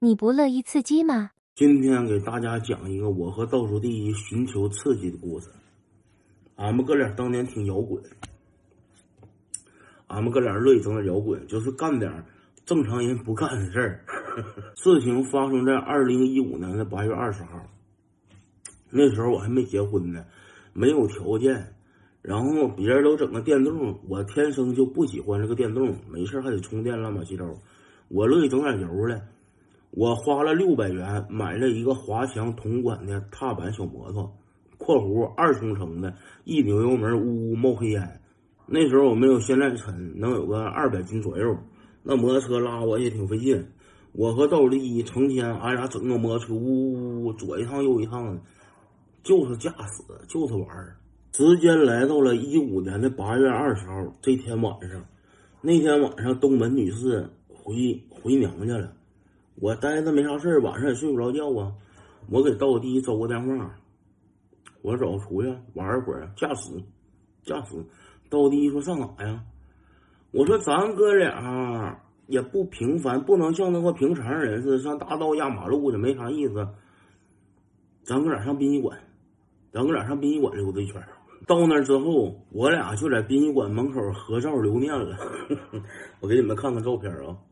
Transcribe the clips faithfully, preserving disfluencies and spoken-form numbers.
你不乐意刺激吗？ 今天给大家讲一个我和倒数第一寻求刺激的故事。俺们哥俩当年听摇滚，俺们哥俩乐意整点摇滚，就是干点正常人不干的事儿。事情发生在二零一五年的八月二十号，那时候我还没结婚呢，没有条件，然后别人都整个电动，我天生就不喜欢这个电动，没事还得充电乱七八糟，我乐意整点油的。我花了六百元买了一个华强铜管的踏板小摩托（括弧二冲程的），一扭油门呜呜冒黑烟。那时候我没有现在沉，能有个二百斤左右。那摩托车拉我也挺费劲。我和倒数第一成天，俺俩整个摩托车呜呜呜左一趟右一趟的，就是驾驶，就是玩儿。时间来到了一五年的八月二十号这天晚上，那天晚上东门女士回回娘家了。我待着没啥事儿，晚上也睡不着觉啊。我给倒数第一招个电话，我找出去玩一会儿，驾驶驾驶。倒数第一说上哪呀？我说咱哥俩也不平凡，不能像那个平常人似的上大道压马路的，没啥意思。咱哥俩上殡仪馆，咱哥俩上殡仪馆溜达一圈。到那之后，我俩就在殡仪馆门口合照留念了。我给你们看看照片啊。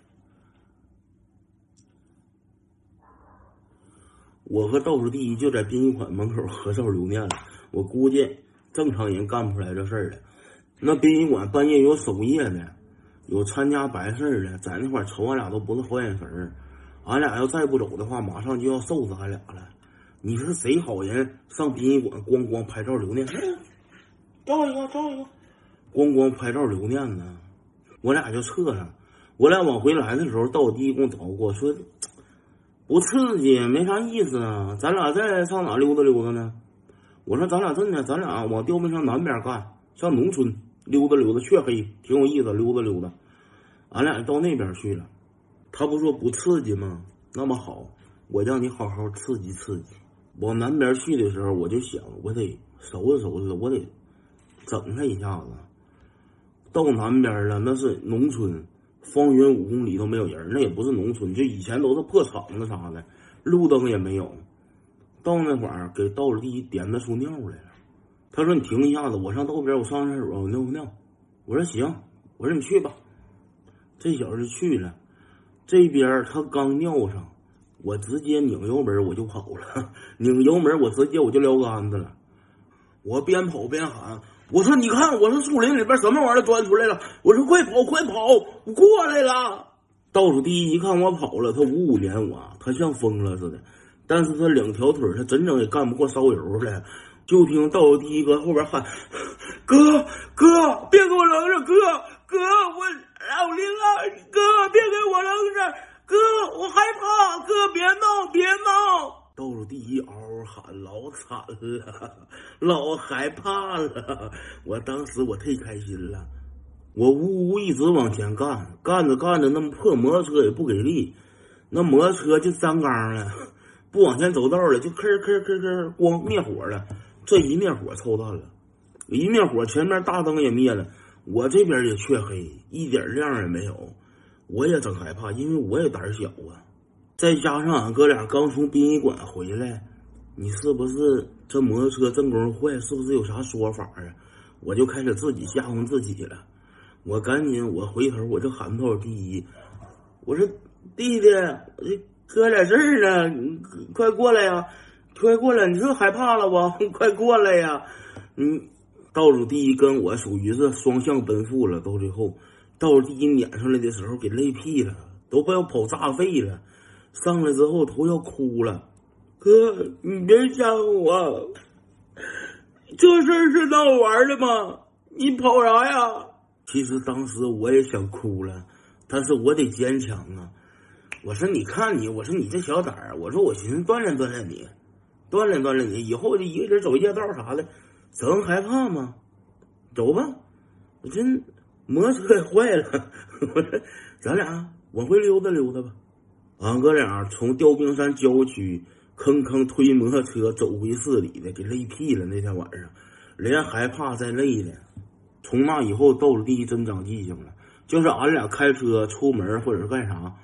我和倒数第一就在殡仪馆门口合照留念了。我估计正常人干不出来这事儿了。那殡仪馆半夜有守夜的，有参加白事的，在那块瞅俺俩都不是好眼神儿。俺俩要再不走的话，马上就要瘦死俺俩了。你说谁好人上殡仪馆咣咣拍照留念？照一个，照一个，咣咣拍照留念呢。我俩就撤了。我俩往回来的时候，倒数第一跟我找过，说不刺激，没啥意思啊，咱俩再上哪溜达溜达呢？我说咱俩真的，咱俩往吊瓶山南边干，上农村溜达溜达，黢黑挺有意思，溜达溜达。俺俩到那边去了。他不说不刺激吗？那么好，我让你好好刺激刺激。往南边去的时候，我就想我得收拾收拾，我得整他一下子。到南边了，那是农村，方圆五公里都没有人，那也不是农村，就以前都是破厂子啥的，路灯也没有。到那会儿给倒数第一点子出尿来了。他说你停一下子，我上道边我上厕所我尿尿。我说行，我说你去吧。这小子就去了。这边他刚尿上，我直接拧油门我就跑了，拧油门我直接我就撩杆子了。我边跑边喊，我说你看我说树林里边什么玩意儿钻出来了，我说快跑快跑，我过来了。倒数第一一看我跑了，他五五连我，他像疯了似的，但是他两条腿他真正也干不过烧油了。就听倒数第一搁后边喊，哥哥别给我扔着，哥哥我老灵啊，哥别给我扔着，哥我害怕，哥别闹别闹。倒数第一嗷嗷喊，老惨了，老害怕了。我当时我忒开心了，我呜呜一直往前干，干着干着那么破摩托车也不给力，那摩托车就粘缸了，不往前走道了，就吭吭吭吭光灭火了。这一灭火臭淡了，一灭火前面大灯也灭了，我这边也黢黑，一点亮也没有。我也整害怕，因为我也胆小啊。再加上俺哥俩刚从殡仪馆回来，你是不是这摩托车正功坏，是不是有啥说法啊？我就开始自己吓唬自己了。我赶紧我回头我就喊倒数第一，我说弟弟，哥点事儿呢，你快过来呀，快过来，你是害怕了不？快过来呀。嗯，倒数第一跟我属于是双向奔赴了。到最后倒数第一撵上来的时候给累屁了，都快要跑炸肺了。上来之后头要哭了，哥你别吓唬我，这事儿是闹玩的吗？你跑啥呀？其实当时我也想哭了，但是我得坚强啊。我说你看你，我说你这小胆儿，我说我寻思锻炼锻炼你，锻炼锻炼你，以后就一个人走夜道啥的，整害怕吗？走吧，我真摩托车也坏了，我说咱俩往回溜达溜达吧。俺哥俩从吊冰山郊区吭吭推摩托车走回市里的，给累屁了。那天晚上连害怕再累的。从那以后倒数第一真长记性了，就是俺俩开车出门或者是干啥，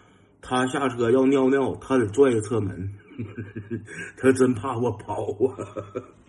他下车要尿尿，他得拽着车门，他真怕我跑啊。